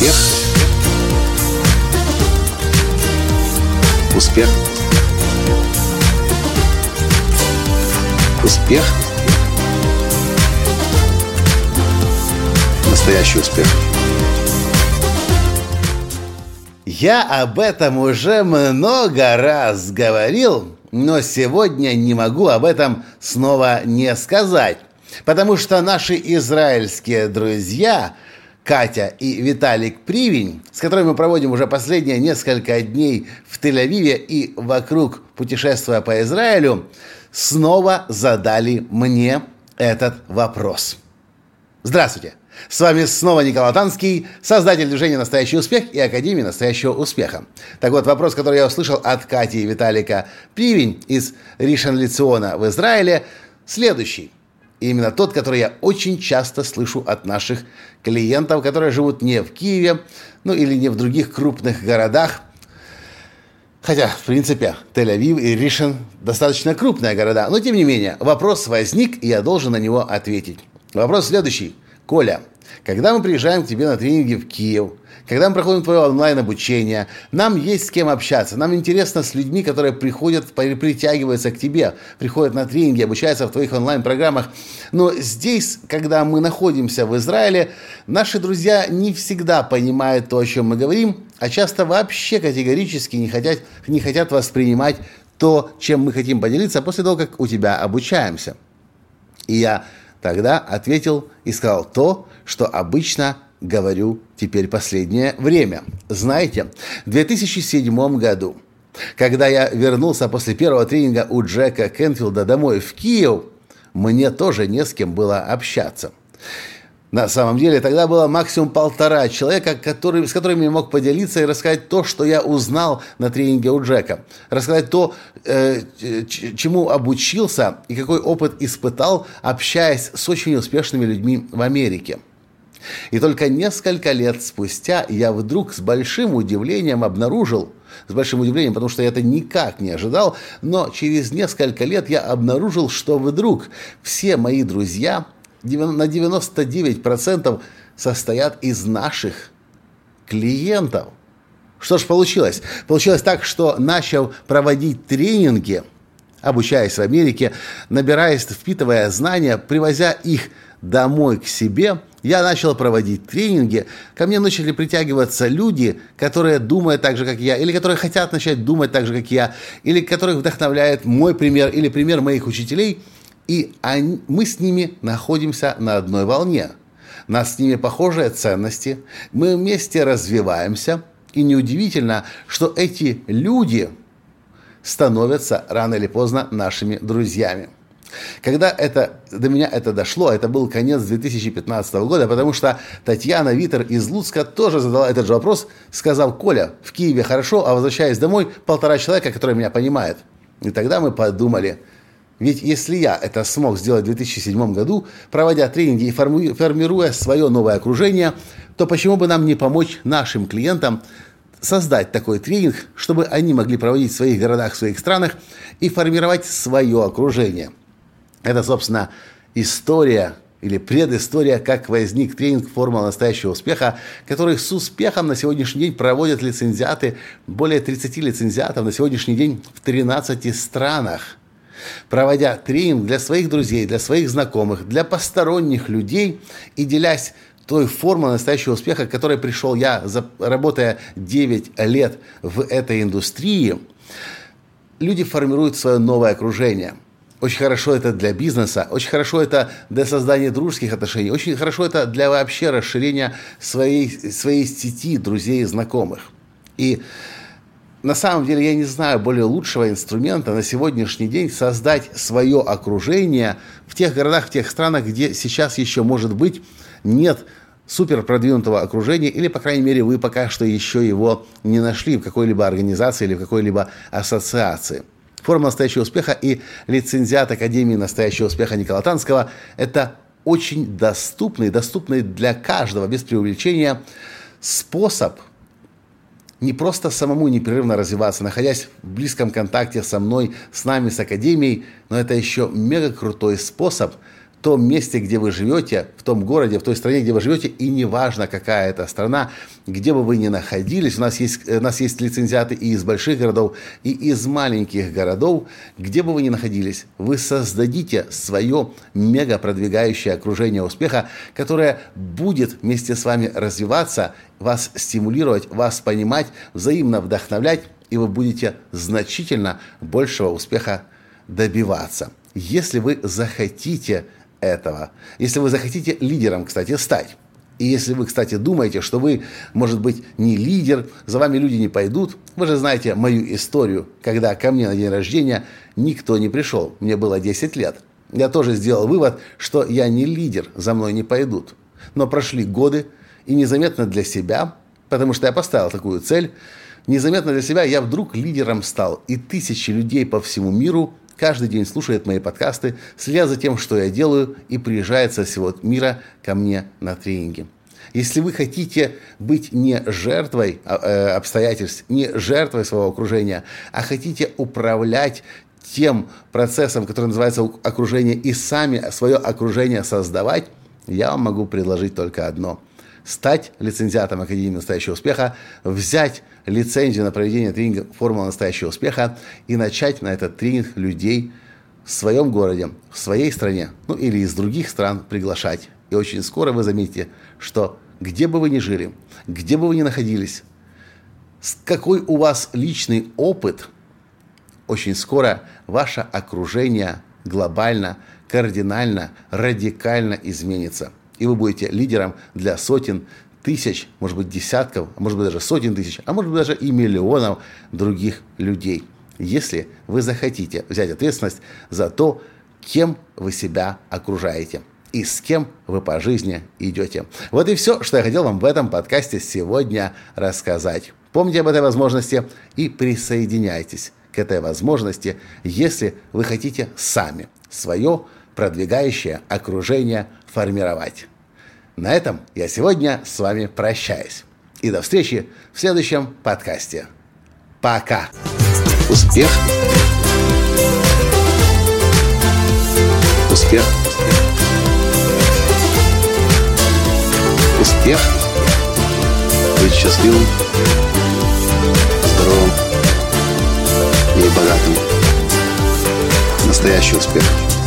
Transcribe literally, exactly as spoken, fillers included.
Успех. Успех. Успех. Настоящий успех. Я об этом уже много раз говорил, но сегодня не могу об этом снова не сказать, потому что наши израильские друзья Катя и Виталик Привень, с которыми мы проводим уже последние несколько дней в Тель-Авиве и вокруг, путешествуя по Израилю, снова задали мне этот вопрос. Здравствуйте! С вами снова Николай Танский, создатель движения «Настоящий успех» и Академии «Настоящего успеха». Так вот, вопрос, который я услышал от Кати и Виталика Привень из Ришон Лециона в Израиле, следующий. И именно тот, который я очень часто слышу от наших клиентов, которые живут не в Киеве, ну или не в других крупных городах. Хотя, в принципе, Тель-Авив и Ришон достаточно крупные города. Но, тем не менее, вопрос возник, и я должен на него ответить. Вопрос следующий. Коля, когда мы приезжаем к тебе на тренинги в Киев, когда мы проходим твое онлайн-обучение, нам есть с кем общаться. Нам интересно с людьми, которые приходят, притягиваются к тебе, приходят на тренинги, обучаются в твоих онлайн-программах. Но здесь, когда мы находимся в Израиле, наши друзья не всегда понимают то, о чем мы говорим, а часто вообще категорически не хотят, не хотят воспринимать то, чем мы хотим поделиться после того, как у тебя обучаемся. И я тогда ответил и сказал то, что обычно говорю теперь последнее время. Знаете, в две тысячи седьмом году, когда я вернулся после первого тренинга у Джека Кенфилда домой в Киев, мне тоже не с кем было общаться. На самом деле, тогда было максимум полтора человека, который, с которыми я мог поделиться и рассказать то, что я узнал на тренинге у Джека. Рассказать то, э, чему обучился и какой опыт испытал, общаясь с очень успешными людьми в Америке. И только несколько лет спустя я вдруг с большим удивлением обнаружил, с большим удивлением, потому что я это никак не ожидал, но через несколько лет я обнаружил, что вдруг все мои друзья на девяносто девять процентов состоят из наших клиентов. Что ж получилось? Получилось так, что начав проводить тренинги, обучаясь в Америке, набираясь, впитывая знания, привозя их домой к себе, я начал проводить тренинги. Ко мне начали притягиваться люди, которые думают так же, как я, или которые хотят начать думать так же, как я, или которых вдохновляет мой пример, или пример моих учителей. И они, мы с ними находимся на одной волне. У нас с ними похожие ценности, мы вместе развиваемся. И неудивительно, что эти люди становятся рано или поздно нашими друзьями. Когда это, до меня это дошло, это был конец две тысячи пятнадцатого года, потому что Татьяна Витер из Луцка тоже задала этот же вопрос, сказав: Коля, в Киеве хорошо, а возвращаясь домой, полтора человека, которые меня понимают. И тогда мы подумали, ведь если я это смог сделать в две тысячи седьмом году, проводя тренинги и формируя свое новое окружение, то почему бы нам не помочь нашим клиентам создать такой тренинг, чтобы они могли проводить в своих городах, в своих странах и формировать свое окружение. Это, собственно, история или предыстория, как возник тренинг «Формула настоящего успеха», который с успехом на сегодняшний день проводят лицензиаты, более тридцати лицензиатов на сегодняшний день в тринадцати странах. Проводя тренинг для своих друзей, для своих знакомых, для посторонних людей и делясь той формулой настоящего успеха, к которой пришел я, работая девять лет в этой индустрии, люди формируют свое новое окружение. Очень хорошо это для бизнеса, очень хорошо это для создания дружеских отношений, очень хорошо это для вообще расширения своей, своей сети друзей и знакомых. И на самом деле я не знаю более лучшего инструмента на сегодняшний день создать свое окружение в тех городах, в тех странах, где сейчас еще, может быть, нет супер продвинутого окружения, или, по крайней мере, вы пока что еще его не нашли в какой-либо организации или в какой-либо ассоциации. Формула настоящего успеха и лицензиат Академии настоящего успеха Николая Танского – это очень доступный, доступный для каждого, без преувеличения, способ не просто самому непрерывно развиваться, находясь в близком контакте со мной, с нами, с Академией, но это еще мега крутой способ том месте, где вы живете, в том городе, в той стране, где вы живете, и неважно, какая это страна, где бы вы ни находились, у нас есть, у нас есть лицензиаты и из больших городов, и из маленьких городов, где бы вы ни находились, вы создадите свое мега продвигающее окружение успеха, которое будет вместе с вами развиваться, вас стимулировать, вас понимать, взаимно вдохновлять, и вы будете значительно большего успеха добиваться. Если вы захотите этого, если вы захотите лидером, кстати, стать, и если вы, кстати, думаете, что вы, может быть, не лидер, за вами люди не пойдут, вы же знаете мою историю, когда ко мне на день рождения никто не пришел, мне было десять лет. Я тоже сделал вывод, что я не лидер, за мной не пойдут. Но прошли годы, и незаметно для себя, потому что я поставил такую цель, незаметно для себя я вдруг лидером стал, и тысячи людей по всему миру каждый день слушает мои подкасты, следят за тем, что я делаю, и приезжает со всего мира ко мне на тренинги. Если вы хотите быть не жертвой обстоятельств, не жертвой своего окружения, а хотите управлять тем процессом, который называется окружение, и сами свое окружение создавать, я вам могу предложить только одно – стать лицензиатом Академии настоящего успеха, взять лицензию на проведение тренинга «Формула настоящего успеха» и начать на этот тренинг людей в своем городе, в своей стране, ну или из других стран приглашать. И очень скоро вы заметите, что где бы вы ни жили, где бы вы ни находились, какой у вас личный опыт, очень скоро ваше окружение глобально, кардинально, радикально изменится. И вы будете лидером для сотен, тысяч, может быть, десятков, а может быть, даже сотен тысяч, а может быть, даже и миллионов других людей, если вы захотите взять ответственность за то, кем вы себя окружаете и с кем вы по жизни идете. Вот и все, что я хотел вам в этом подкасте сегодня рассказать. Помните об этой возможности и присоединяйтесь к этой возможности, если вы хотите сами свое продвигающее окружение формировать. На этом я сегодня с вами прощаюсь. И до встречи в следующем подкасте. Пока! Успех! Успех! Успех! Быть счастливым, здоровым и богатым. Настоящий успех!